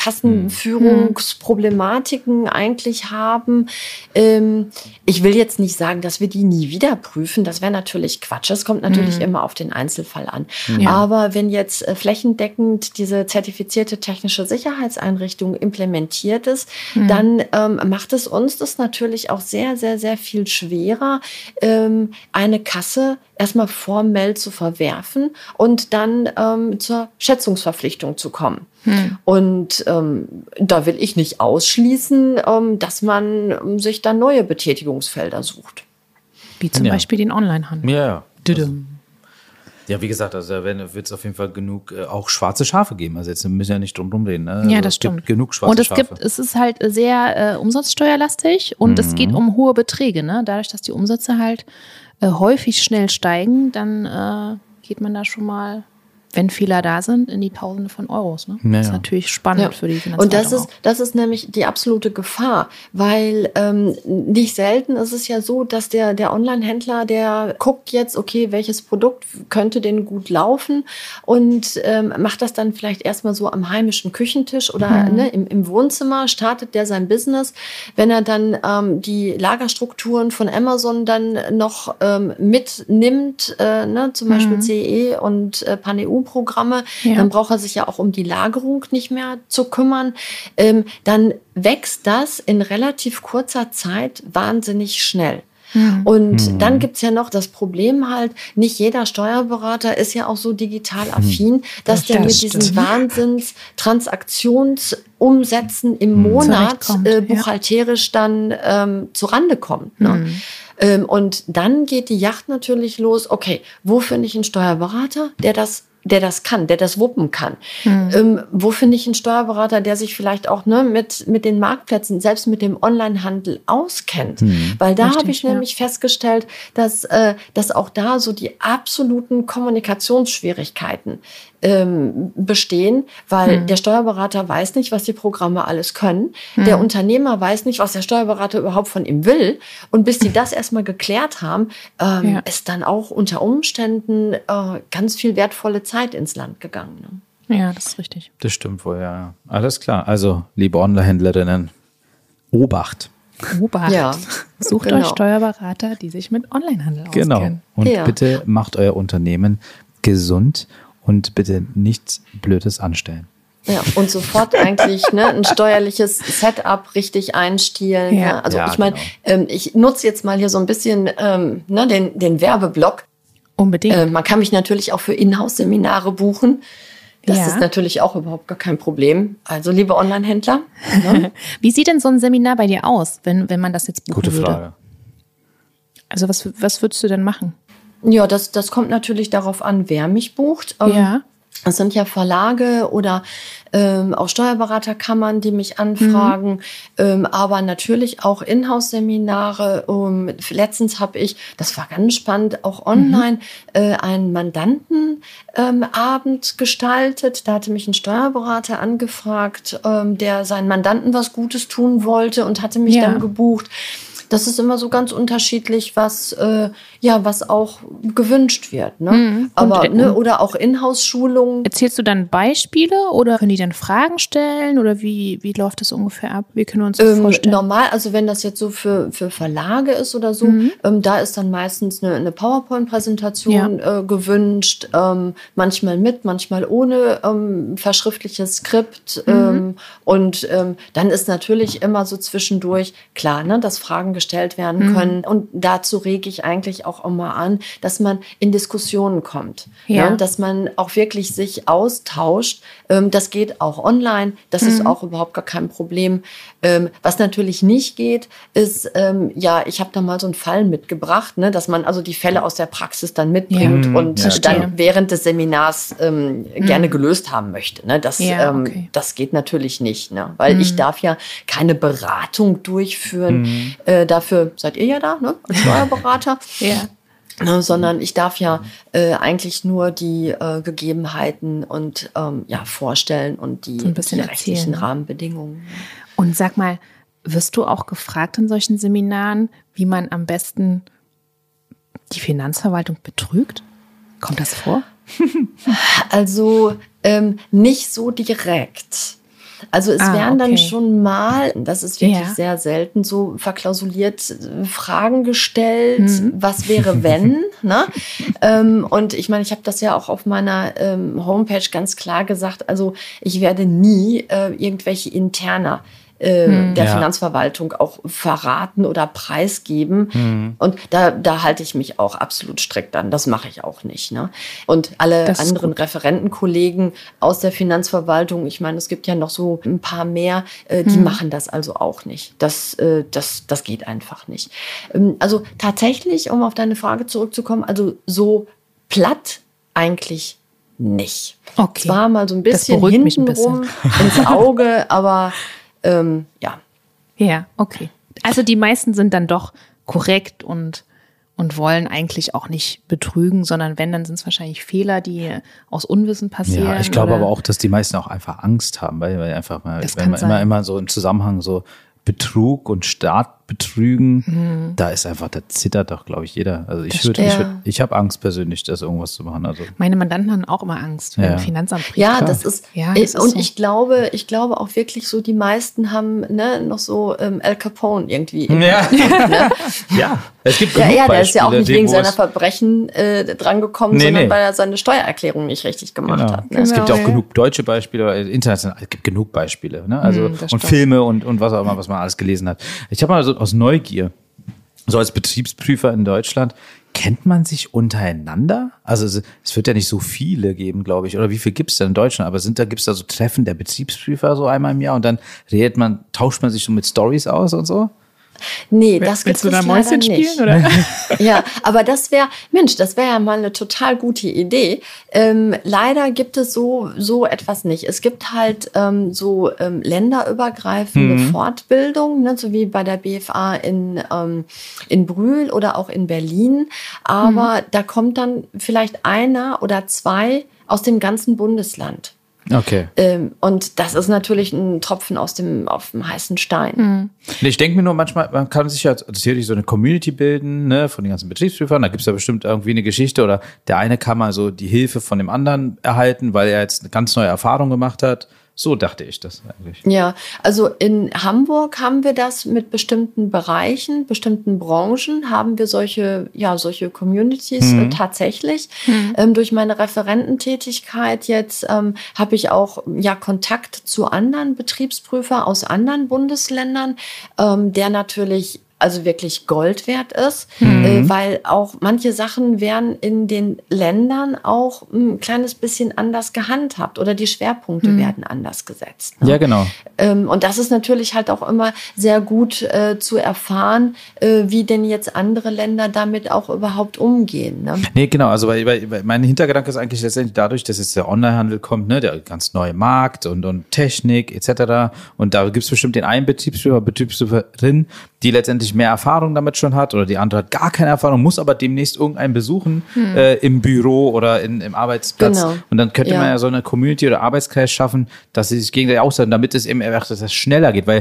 Kassenführungsproblematiken mhm. eigentlich haben. Ähm, ich will jetzt nicht sagen, dass wir die nie wieder prüfen. Das wäre natürlich Quatsch. Es kommt natürlich mhm. immer auf den Einzelfall an. Ja. Aber wenn jetzt äh, flächendeckend diese zertifizierte technische Sicherheitseinrichtung implementiert ist, mhm. dann ähm, macht es uns das natürlich auch sehr, sehr, sehr viel schwerer, ähm, eine Kasse erstmal formell zu verwerfen und dann ähm, zur Schätzungsverpflichtung zu kommen. Hm. Und ähm, da will ich nicht ausschließen, ähm, dass man ähm, sich dann neue Betätigungsfelder sucht. Wie zum ja. Beispiel den Onlinehandel. Ja, ja. Ja, wie gesagt, also da wird es auf jeden Fall genug äh, auch schwarze Schafe geben. Also jetzt müssen wir ja nicht drum rumreden. Ne? Ja, also das es stimmt. Gibt genug schwarze und es Schafe. gibt, es ist halt sehr äh, umsatzsteuerlastig und mhm. es geht um hohe Beträge. Ne? Dadurch, dass die Umsätze halt äh, häufig schnell steigen, dann äh, geht man da schon mal, wenn Fehler da sind, in die Tausende von Euros. Ne? Ja, das ist ja. natürlich spannend ja. für die Finanzverwaltung. Und das ist, das ist nämlich die absolute Gefahr, weil ähm, nicht selten ist es ja so, dass der, der Online-Händler, der guckt jetzt, okay, welches Produkt könnte denn gut laufen und ähm, macht das dann vielleicht erstmal so am heimischen Küchentisch oder mhm. ne, im, im Wohnzimmer, startet der sein Business. Wenn er dann ähm, die Lagerstrukturen von Amazon dann noch ähm, mitnimmt, äh, ne, zum mhm. Beispiel C E und äh, PanEU Programme, ja. dann braucht er sich ja auch um die Lagerung nicht mehr zu kümmern. Ähm, dann wächst das in relativ kurzer Zeit wahnsinnig schnell. Mhm. Und mhm. dann gibt's ja noch das Problem halt, nicht jeder Steuerberater ist ja auch so digital affin, dass das der mit stimmt. diesen Wahnsinns-Transaktionsumsätzen im mhm. Monat äh, buchhalterisch dann ähm, zurande kommt. Ne? Mhm. Ähm, und dann geht die Yacht natürlich los, okay, wo finde ich einen Steuerberater, der das der das kann, der das wuppen kann. Hm. Ähm, wo finde ich einen Steuerberater, der sich vielleicht auch ne, mit, mit den Marktplätzen, selbst mit dem Onlinehandel auskennt? Hm. Weil da habe ich ja. nämlich festgestellt, dass, äh, dass auch da so die absoluten Kommunikationsschwierigkeiten ähm, bestehen, weil hm. der Steuerberater weiß nicht, was die Programme alles können. Hm. Der Unternehmer weiß nicht, was der Steuerberater überhaupt von ihm will. Und bis die das erstmal geklärt haben, ähm, ja. ist dann auch unter Umständen äh, ganz viel wertvolle Zeit Zeit ins Land gegangen. Ne? Ja, das ist richtig. Das stimmt wohl, ja. Alles klar. Also, liebe Online-Händlerinnen, Obacht. Obacht. Ja, Sucht genau. euch Steuerberater, die sich mit Onlinehandel genau. auskennen. Und ja. bitte macht euer Unternehmen gesund und bitte nichts Blödes anstellen. Ja, und sofort eigentlich ne, ein steuerliches Setup richtig einstielen. Ja. Ne? Also ja, ich meine, genau. ähm, ich nutze jetzt mal hier so ein bisschen ähm, ne, den, den Werbeblock. Unbedingt. Äh, man kann mich natürlich auch für Inhouse-Seminare buchen. Das ja. ist natürlich auch überhaupt gar kein Problem. Also, liebe Online-Händler. Ne? Wie sieht denn so ein Seminar bei dir aus, wenn, wenn man das jetzt buchen Gute würde? Frage. Also, was, was würdest du denn machen? Ja, das, das kommt natürlich darauf an, wer mich bucht. Ähm, ja. Es sind ja Verlage oder ähm, auch Steuerberaterkammern, die mich anfragen, mhm. ähm, aber natürlich auch Inhouse-Seminare. Um, letztens habe ich, das war ganz spannend, auch online mhm. äh, einen Mandantenabend ähm, gestaltet. Da hatte mich ein Steuerberater angefragt, ähm, der seinen Mandanten was Gutes tun wollte und hatte mich ja. dann gebucht. Das ist immer so ganz unterschiedlich, was äh, ja was auch gewünscht wird. Ne? Mhm. Aber Und, ne, oder auch Inhouse-Schulungen. Erzählst du dann Beispiele oder können die dann Fragen stellen oder wie, wie läuft das ungefähr ab? Wie können wir uns das Ähm, vorstellen? normal, also wenn das jetzt so für, für Verlage ist oder so, Mhm. ähm, da ist dann meistens eine, eine PowerPoint-Präsentation Ja. äh, gewünscht, ähm, manchmal mit, manchmal ohne ähm, verschriftliches Skript. Mhm. Ähm, und ähm, dann ist natürlich immer so zwischendurch klar, ne, dass Fragen gestellt werden Mhm. können. Und dazu rege ich eigentlich auch immer an, dass man in Diskussionen kommt. Ja. Ne, dass man auch wirklich sich austauscht. Ähm, das geht auch online. Das Mhm. ist auch überhaupt gar kein Problem. Ähm, was natürlich nicht geht, ist, ähm, ja, ich habe da mal so einen Fall mitgebracht, ne, dass man also die Fälle aus der Praxis dann mitbringt Ja. und Ja, äh, dann während des Seminars ähm, gerne gelöst haben möchte. Ne? Das, Ja, ähm, okay. das geht natürlich nicht, ne? Weil ich darf ja keine Beratung durchführen. Äh, dafür seid ihr ja da, ne? Als Steuerberater. Ja. Ne, sondern ich darf ja äh, eigentlich nur die äh, Gegebenheiten und ähm, ja, vorstellen und die, So ein bisschen die rechtlichen erzählen, ne? Rahmenbedingungen. Und sag mal, wirst du auch gefragt in solchen Seminaren, wie man am besten die Finanzverwaltung betrügt? Kommt das vor? Also ähm, nicht so direkt. Also es Ah, werden dann okay. schon mal, das ist wirklich Ja. sehr selten, so verklausuliert äh, Fragen gestellt, Mhm. was wäre wenn, ne? ähm, und ich meine, ich habe das ja auch auf meiner ähm, Homepage ganz klar gesagt, also ich werde nie äh, irgendwelche Interna äh, der Ja. Finanzverwaltung auch verraten oder preisgeben. Mhm. Und da, da halte ich mich auch absolut strikt an. Das mache ich auch nicht. Ne? Und alle Das ist anderen gut. Referentenkollegen aus der Finanzverwaltung, ich meine, es gibt ja noch so ein paar mehr, äh, die Mhm. machen das also auch nicht. Das, äh, das, das geht einfach nicht. Ähm, also tatsächlich, um auf deine Frage zurückzukommen, also so platt eigentlich nicht. Okay. Zwar mal so ein Das bisschen beruhigt mich ein hintenrum ins Auge, aber ähm, ja. Ja, okay. Also die meisten sind dann doch korrekt und, und wollen eigentlich auch nicht betrügen, sondern wenn, dann sind es wahrscheinlich Fehler, die aus Unwissen passieren. Ja, ich glaube oder- aber auch, dass die meisten auch einfach Angst haben, weil, weil einfach mal, Das wenn kann man immer, sein. immer so im Zusammenhang so Betrug und Staat betrügen, Mhm. da ist einfach, da zittert doch, glaube ich, jeder. Also ich Das würde, ich, stimmt. würd, ich habe Angst persönlich, das irgendwas zu machen. Also Meine Mandanten haben auch immer Angst, wenn Ja. ein Finanzamt bricht. Ja, Klar. das ist, Ja, äh, das ist und so. ich glaube, ich glaube auch wirklich so, die meisten haben ne, noch so ähm, Al Capone irgendwie. im Ja. Hinterkopf, ne? ja, es gibt Ja, genug ja, der ist ja auch Beispiele, nicht die- wegen wo seiner es- Verbrechen äh, drangekommen, Nee, sondern nee. weil er seine Steuererklärung nicht richtig gemacht Genau. hat. Ne? Es gibt Genau, auch ja. genug deutsche Beispiele, äh, international, es gibt genug Beispiele, ne? Also Mm, das und stimmt. Filme und, und was auch immer, was man alles gelesen hat. Ich habe mal so aus Neugier, so als Betriebsprüfer in Deutschland, kennt man sich untereinander? Also es, es wird ja nicht so viele geben, glaube ich. Oder wie viel gibt es denn in Deutschland? Aber sind da gibt's da so Treffen der Betriebsprüfer so einmal im Jahr und dann redet man, tauscht man sich so mit Stories aus und so? Nee, das gibt Willst du es da leider Mäuschen nicht. spielen? Oder? Ja, aber das wäre, Mensch, das wäre ja mal eine total gute Idee. Ähm, leider gibt es so, so etwas nicht. Es gibt halt ähm, so ähm, länderübergreifende Mhm. Fortbildungen, ne, so wie bei der B F A in, ähm, in Brühl oder auch in Berlin. Aber da kommt dann vielleicht einer oder zwei aus dem ganzen Bundesland. Okay. Ähm, und das ist natürlich ein Tropfen aus dem, auf dem heißen Stein. Nee, ich denke mir nur manchmal, man kann sich ja natürlich so eine Community bilden, ne, von den ganzen Betriebsprüfern. Da gibt's ja bestimmt irgendwie eine Geschichte oder der eine kann mal so die Hilfe von dem anderen erhalten, weil er jetzt eine ganz neue Erfahrung gemacht hat. So dachte ich das eigentlich. Ja, also in Hamburg haben wir das mit bestimmten Bereichen, bestimmten Branchen, haben wir solche, ja, solche Communities äh, tatsächlich. Ähm, durch meine Referententätigkeit jetzt ähm, habe ich auch ja Kontakt zu anderen Betriebsprüfer aus anderen Bundesländern, ähm, der natürlich also wirklich Gold wert ist, äh, weil auch manche Sachen werden in den Ländern auch ein kleines bisschen anders gehandhabt oder die Schwerpunkte werden anders gesetzt. Ne? Ja, genau. Ähm, und das ist natürlich halt auch immer sehr gut äh, zu erfahren, äh, wie denn jetzt andere Länder damit auch überhaupt umgehen. Ne? Nee, genau, also weil, weil, weil mein Hintergedanke ist eigentlich letztendlich dadurch, dass jetzt der Onlinehandel kommt, ne, der ganz neue Markt und, und Technik et cetera. Und da gibt es bestimmt den einen Betriebsprüfer, Betriebsprüferin, die letztendlich mehr Erfahrung damit schon hat oder die andere hat gar keine Erfahrung, muss aber demnächst irgendeinen besuchen äh, im Büro oder in, im Arbeitsplatz. Genau. Und dann könnte Ja. man ja so eine Community oder Arbeitskreis schaffen, dass sie sich gegenseitig austauschen, damit es eben einfach, dass das schneller geht, weil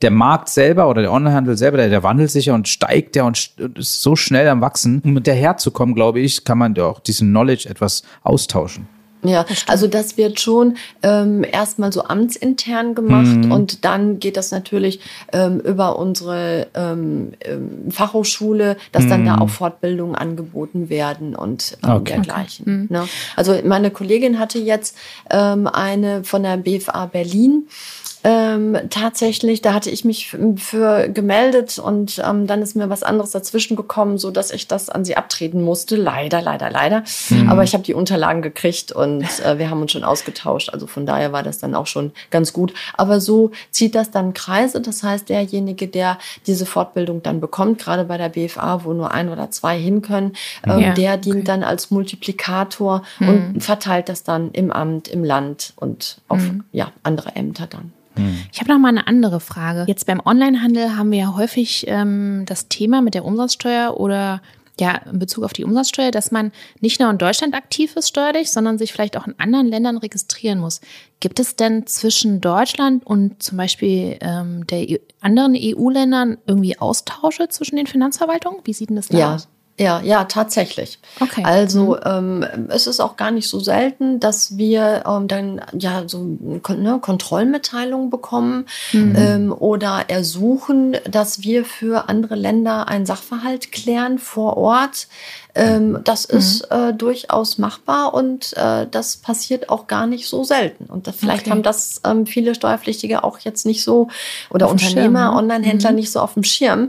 der Markt selber oder der Onlinehandel selber, der, der wandelt sich ja und steigt ja und ist so schnell am Wachsen. Um daherzukommen, glaube ich, kann man ja auch diesen Knowledge etwas austauschen. Ja, also das wird schon ähm, erstmal so amtsintern gemacht mhm. und dann geht das natürlich ähm, über unsere ähm, ähm, Fachhochschule, dass mhm. dann da auch Fortbildungen angeboten werden und ähm, okay. dergleichen. Mhm. Ne? Also meine Kollegin hatte jetzt ähm, eine von der B F A Berlin. Ähm, tatsächlich, da hatte ich mich f- für gemeldet und ähm, dann ist mir was anderes dazwischen gekommen, so dass ich das an sie abtreten musste. Leider, leider, leider. Mhm. Aber ich habe die Unterlagen gekriegt und äh, wir haben uns schon ausgetauscht. Also von daher war das dann auch schon ganz gut. Aber so zieht das dann Kreise. Das heißt, derjenige, der diese Fortbildung dann bekommt, gerade bei der B F A, wo nur ein oder zwei hin können, ähm, ja, der dient okay. dann als Multiplikator mhm. und verteilt das dann im Amt, im Land und auf mhm. ja, andere Ämter dann. Ich habe noch mal eine andere Frage. Jetzt beim Onlinehandel haben wir ja häufig ähm, das Thema mit der Umsatzsteuer oder ja in Bezug auf die Umsatzsteuer, dass man nicht nur in Deutschland aktiv ist steuerlich, sondern sich vielleicht auch in anderen Ländern registrieren muss. Gibt es denn zwischen Deutschland und zum Beispiel ähm, der e- anderen E U-Ländern irgendwie Austausche zwischen den Finanzverwaltungen? Wie sieht denn das da ja. aus? Ja, ja, tatsächlich. Okay. Also ähm, es ist auch gar nicht so selten, dass wir ähm, dann ja so ne, Kontrollmitteilungen bekommen mhm. ähm, oder ersuchen, dass wir für andere Länder einen Sachverhalt klären vor Ort. Ähm, das mhm. ist äh, durchaus machbar und äh, das passiert auch gar nicht so selten. Und das, vielleicht okay. haben das ähm, viele Steuerpflichtige auch jetzt nicht so oder auf Unternehmer, Schirm, ne? Onlinehändler mhm. nicht so auf dem Schirm.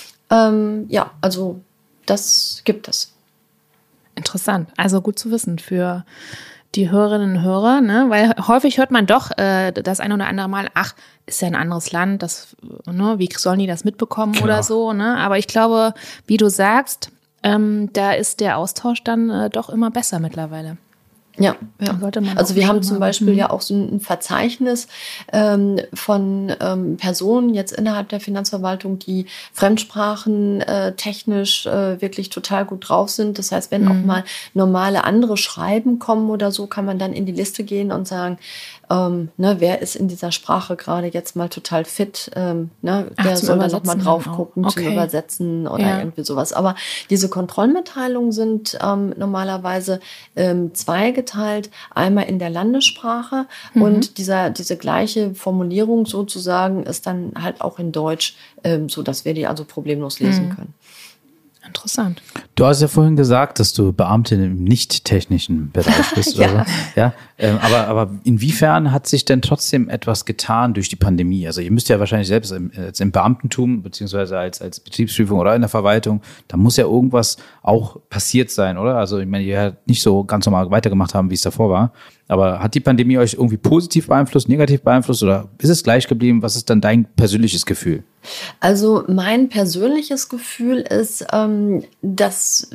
Ähm, ja, also das gibt es. Interessant. Also gut zu wissen für die Hörerinnen und Hörer, ne? Weil häufig hört man doch äh, das ein oder andere Mal, ach, ist ja ein anderes Land, das, ne? Wie sollen die das mitbekommen genau. oder so, ne? Aber ich glaube, wie du sagst, ähm, da ist der Austausch dann äh, doch immer besser mittlerweile. Ja, ja. Also wir haben zum Beispiel mhm. ja auch so ein Verzeichnis ähm, von ähm, Personen jetzt innerhalb der Finanzverwaltung, die Fremdsprachen äh, technisch äh, wirklich total gut drauf sind. Das heißt, wenn mhm. auch mal normale andere Schreiben kommen oder so, kann man dann in die Liste gehen und sagen, ähm, ne, wer ist in dieser Sprache gerade jetzt mal total fit, ähm, ne, Ach, der soll da noch mal drauf auch. gucken, Okay. zum Übersetzen oder ja. irgendwie sowas. Aber diese Kontrollmitteilungen sind ähm, normalerweise ähm, zweigeteilt, einmal in der Landessprache mhm. und dieser diese gleiche Formulierung sozusagen ist dann halt auch in Deutsch, ähm, so dass wir die also problemlos lesen mhm. können. Interessant. Du hast ja vorhin gesagt, dass du Beamtin im nicht-technischen Bereich bist. ja. Oder? ja ähm, aber, aber inwiefern hat sich denn trotzdem etwas getan durch die Pandemie? Also ihr müsst ja wahrscheinlich selbst im, jetzt im Beamtentum, beziehungsweise als, als Betriebsprüfung oder in der Verwaltung, da muss ja irgendwas auch passiert sein, oder? Also ich meine, ihr habt nicht so ganz normal weitergemacht haben, wie es davor war. Aber hat die Pandemie euch irgendwie positiv beeinflusst, negativ beeinflusst oder ist es gleich geblieben? Was ist dann dein persönliches Gefühl? Also mein persönliches Gefühl ist, ähm, dass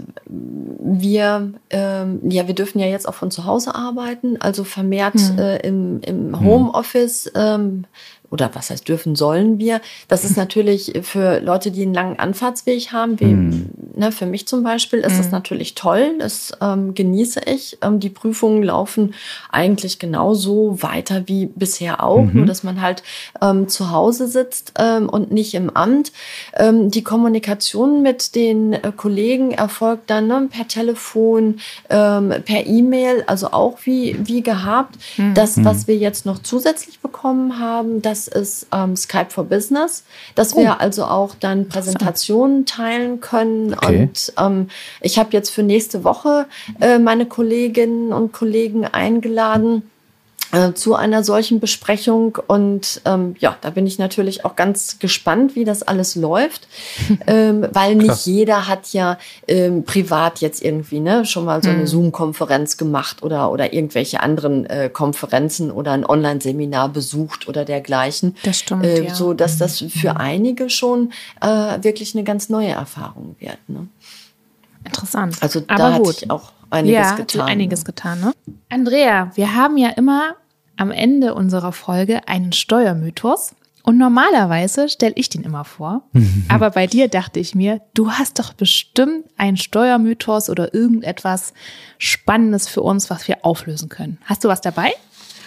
wir, ähm, ja, wir dürfen ja jetzt auch von zu Hause arbeiten, also vermehrt mhm. äh, im, im Homeoffice, ähm, oder was heißt dürfen, sollen wir. Das ist natürlich für Leute, die einen langen Anfahrtsweg haben, wie mm. ne, für mich zum Beispiel, ist mm. das natürlich toll. Das ähm, genieße ich. Ähm, die Prüfungen laufen eigentlich genauso weiter wie bisher auch, mm-hmm. nur dass man halt ähm, zu Hause sitzt ähm, und nicht im Amt. Ähm, die Kommunikation mit den äh, Kollegen erfolgt dann ne, per Telefon, ähm, per E-Mail, also auch wie, wie gehabt. Mm. Das, was wir jetzt noch zusätzlich bekommen haben, das ist ähm, Skype for Business, dass oh. wir also auch dann Präsentationen teilen können. Okay. Und ähm, ich habe jetzt für nächste Woche äh, meine Kolleginnen und Kollegen eingeladen äh, zu einer solchen Besprechung. Und ähm, ja, da bin ich natürlich auch ganz gespannt, wie das alles läuft, ähm, weil nicht Krass. Jeder hat ja ähm, privat jetzt irgendwie ne, schon mal so eine hm. Zoom-Konferenz gemacht oder, oder irgendwelche anderen äh, Konferenzen oder ein Online-Seminar besucht oder dergleichen. Das stimmt, äh, ja. So, dass das für einige schon äh, wirklich eine ganz neue Erfahrung wird. Ne? Interessant. Also da Aber hat gut. sich auch einiges ja, getan. Ja, einiges getan, ne? Andrea, wir haben ja immer am Ende unserer Folge einen Steuermythos und normalerweise stelle ich den immer vor. Aber bei dir dachte ich mir, du hast doch bestimmt einen Steuermythos oder irgendetwas Spannendes für uns, was wir auflösen können. Hast du was dabei?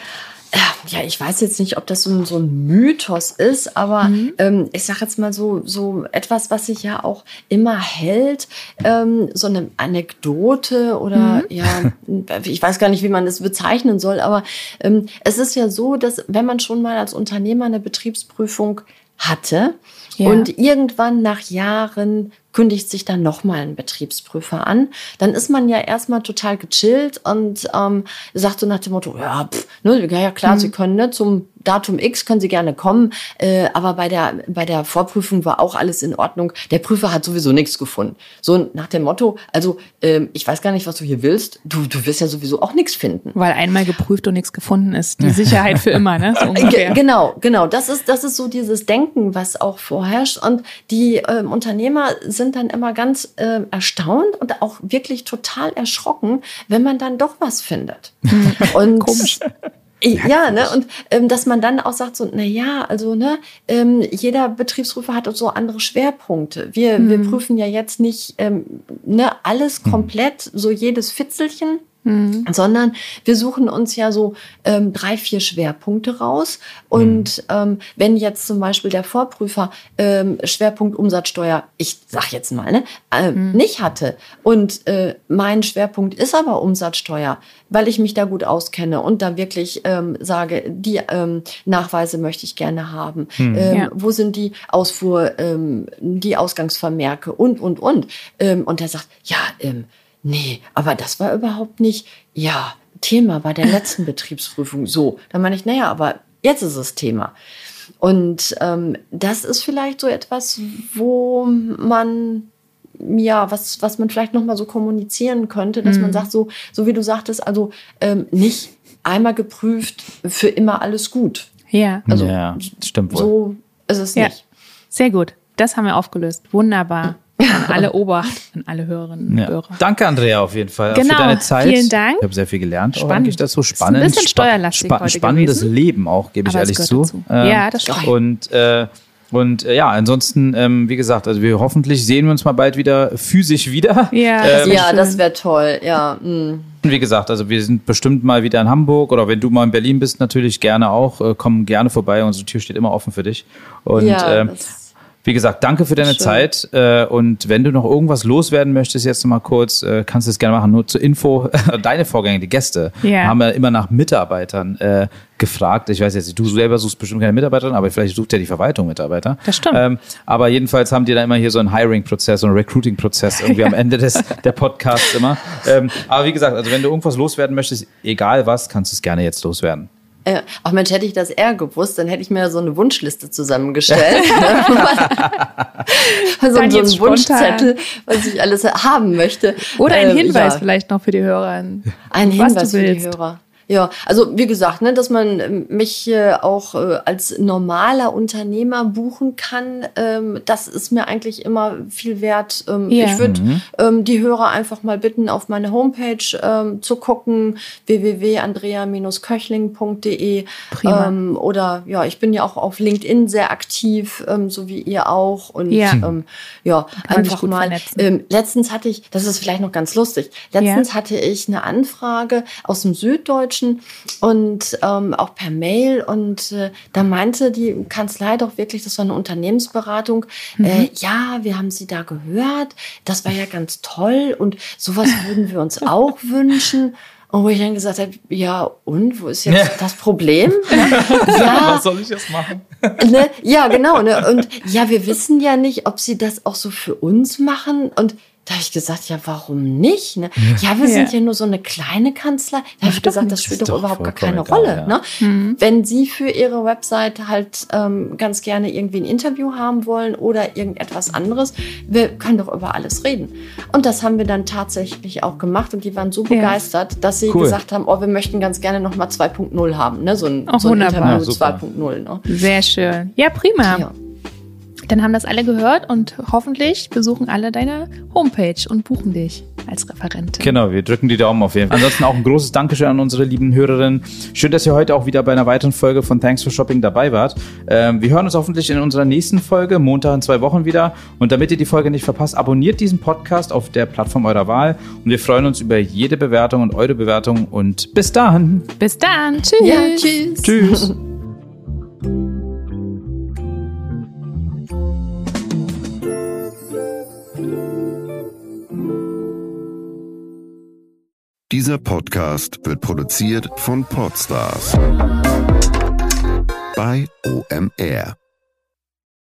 Ja, ich weiß jetzt nicht, ob das so ein, so ein Mythos ist, aber mhm. ähm, ich sage jetzt mal so, so etwas, was sich ja auch immer hält, ähm, so eine Anekdote oder mhm. ja, ich weiß gar nicht, wie man das bezeichnen soll, aber ähm, es ist ja so, dass wenn man schon mal als Unternehmer eine Betriebsprüfung hatte ja. und irgendwann nach Jahren kündigt sich dann nochmal ein Betriebsprüfer an, dann ist man ja erstmal total gechillt und ähm, sagt so nach dem Motto, ja, pff, ne, ja klar, mhm. Sie können ne, zum Datum X können Sie gerne kommen, äh, aber bei der bei der Vorprüfung war auch alles in Ordnung. Der Prüfer hat sowieso nichts gefunden. So nach dem Motto, also ähm, ich weiß gar nicht, was du hier willst. Du du wirst ja sowieso auch nichts finden. Weil einmal geprüft und nichts gefunden ist, die Sicherheit für immer, ne? So ungefähr. Genau, genau. Das ist das ist so dieses Denken, was auch vorherrscht und die ähm, Unternehmer sind dann immer ganz äh, erstaunt und auch wirklich total erschrocken, wenn man dann doch was findet. Und komisch. Ja, ne, und ähm, dass man dann auch sagt so, na ja, also ne, ähm, jeder Betriebsprüfer hat so andere Schwerpunkte. Wir mhm. wir prüfen ja jetzt nicht ähm, ne alles komplett, so jedes Fitzelchen. Mhm. Sondern wir suchen uns ja so ähm, drei, vier Schwerpunkte raus. Und mhm. ähm, wenn jetzt zum Beispiel der Vorprüfer ähm, Schwerpunkt Umsatzsteuer, ich sag jetzt mal, ne, äh, mhm. nicht hatte und äh, mein Schwerpunkt ist aber Umsatzsteuer, weil ich mich da gut auskenne und da wirklich ähm, sage, die ähm, Nachweise möchte ich gerne haben. Mhm. Ähm, ja. Wo sind die Ausfuhr, ähm, die Ausgangsvermerke und, und, und. Ähm, und der sagt, ja, ähm, nee, aber das war überhaupt nicht, ja, Thema bei der letzten Betriebsprüfung. So, dann meine ich, naja, aber jetzt ist es Thema. Und ähm, das ist vielleicht so etwas, wo man, ja, was, was man vielleicht nochmal so kommunizieren könnte, dass mhm. man sagt, so, so wie du sagtest, also ähm, nicht einmal geprüft, für immer alles gut. Ja, also, ja stimmt wohl. So ist es ja. nicht. Sehr gut, das haben wir aufgelöst. Wunderbar. An alle Obacht, an alle Hörerinnen und ja. Hörer. Danke, Andrea, auf jeden Fall genau, für deine Zeit. Vielen Dank. Ich habe sehr viel gelernt. Spannend. Auch eigentlich dazu spannend. Ist ein bisschen steuerlastig Spa- heute Spannendes gewesen. Leben auch, gebe ich Aber ehrlich zu. Ähm, ja, das stimmt. Und äh, Und äh, ja, ansonsten, ähm, wie gesagt, also wir hoffentlich sehen wir uns mal bald wieder physisch wieder. Ja, das, ähm, ja, das wäre toll. Ja. Mm. Wie gesagt, also wir sind bestimmt mal wieder in Hamburg oder wenn du mal in Berlin bist, natürlich gerne auch. Äh, komm gerne vorbei, unsere Tür steht immer offen für dich. Und ja, äh, wie gesagt, danke für deine schön. Zeit. Äh, und wenn du noch irgendwas loswerden möchtest, jetzt noch mal kurz, äh, kannst du es gerne machen. Nur zur Info, deine Vorgänger, die Gäste, ja. haben ja immer nach Mitarbeitern äh, gefragt. Ich weiß jetzt nicht, du selber suchst bestimmt keine Mitarbeiter, aber vielleicht sucht ja die Verwaltung Mitarbeiter. Das stimmt. Ähm, aber jedenfalls haben die dann immer hier so einen Hiring-Prozess, so einen Recruiting-Prozess irgendwie ja. am Ende des der Podcasts immer. Ähm, aber wie gesagt, also wenn du irgendwas loswerden möchtest, egal was, kannst du es gerne jetzt loswerden. Äh, ach Mensch, hätte ich das eher gewusst, dann hätte ich mir so eine Wunschliste zusammengestellt. also so einen Wunschzettel, was ich alles haben möchte. Oder ein ähm, Hinweis ja. vielleicht noch für die Hörer. Ein Hinweis für willst. die Hörer. Ja, also wie gesagt, ne, dass man mich äh, auch äh, als normaler Unternehmer buchen kann, ähm, das ist mir eigentlich immer viel wert. Ähm, ja. Ich würde Mhm. ähm, die Hörer einfach mal bitten, auf meine Homepage ähm, zu gucken, w w w punkt andrea Bindestrich köchling punkt d e. Ähm, oder ja, ich bin ja auch auf LinkedIn sehr aktiv, ähm, so wie ihr auch. Und ja, ähm, ja einfach mal. Ähm, letztens hatte ich, das ist vielleicht noch ganz lustig, letztens ja. hatte ich eine Anfrage aus dem Süddeutschen und ähm, auch per Mail und äh, da meinte die Kanzlei doch wirklich, das war eine Unternehmensberatung, mhm. äh, ja, wir haben Sie da gehört, das war ja ganz toll und sowas würden wir uns auch wünschen. Und wo ich dann gesagt habe, ja und, wo ist jetzt ja. das Problem? Ja, was soll ich jetzt machen? Ne? Ja, genau. Ne? Und ja, wir wissen ja nicht, ob Sie das auch so für uns machen und da habe ich gesagt, ja, warum nicht? Ne? Ja, wir sind ja. ja nur so eine kleine Kanzlei. Da habe ich gesagt, das spielt doch, doch überhaupt gar keine egal, Rolle. Ja. Ne? Mhm. Wenn Sie für Ihre Website halt ähm, ganz gerne irgendwie ein Interview haben wollen oder irgendetwas anderes, wir können doch über alles reden. Und das haben wir dann tatsächlich auch gemacht und die waren so ja. begeistert, dass sie cool. gesagt haben, oh, wir möchten ganz gerne nochmal zwei Punkt null haben. Ne? So ein, oh, so ein Interview ja, zwei Punkt null. Ne? Sehr schön. Ja, prima. Ja. Dann haben das alle gehört und hoffentlich besuchen alle deine Homepage und buchen dich. als Referentin. Genau, wir drücken die Daumen auf jeden Fall. Ansonsten auch ein großes Dankeschön an unsere lieben Hörerinnen. Schön, dass ihr heute auch wieder bei einer weiteren Folge von Thanks for Shopping dabei wart. Ähm, wir hören uns hoffentlich in unserer nächsten Folge, Montag in zwei Wochen wieder. Und damit ihr die Folge nicht verpasst, abonniert diesen Podcast auf der Plattform eurer Wahl. Und wir freuen uns über jede Bewertung und eure Bewertung. Und bis dann. Bis dann. Tschüss. Ja, tschüss. Tschüss. Dieser Podcast wird produziert von Podstars bei O M R.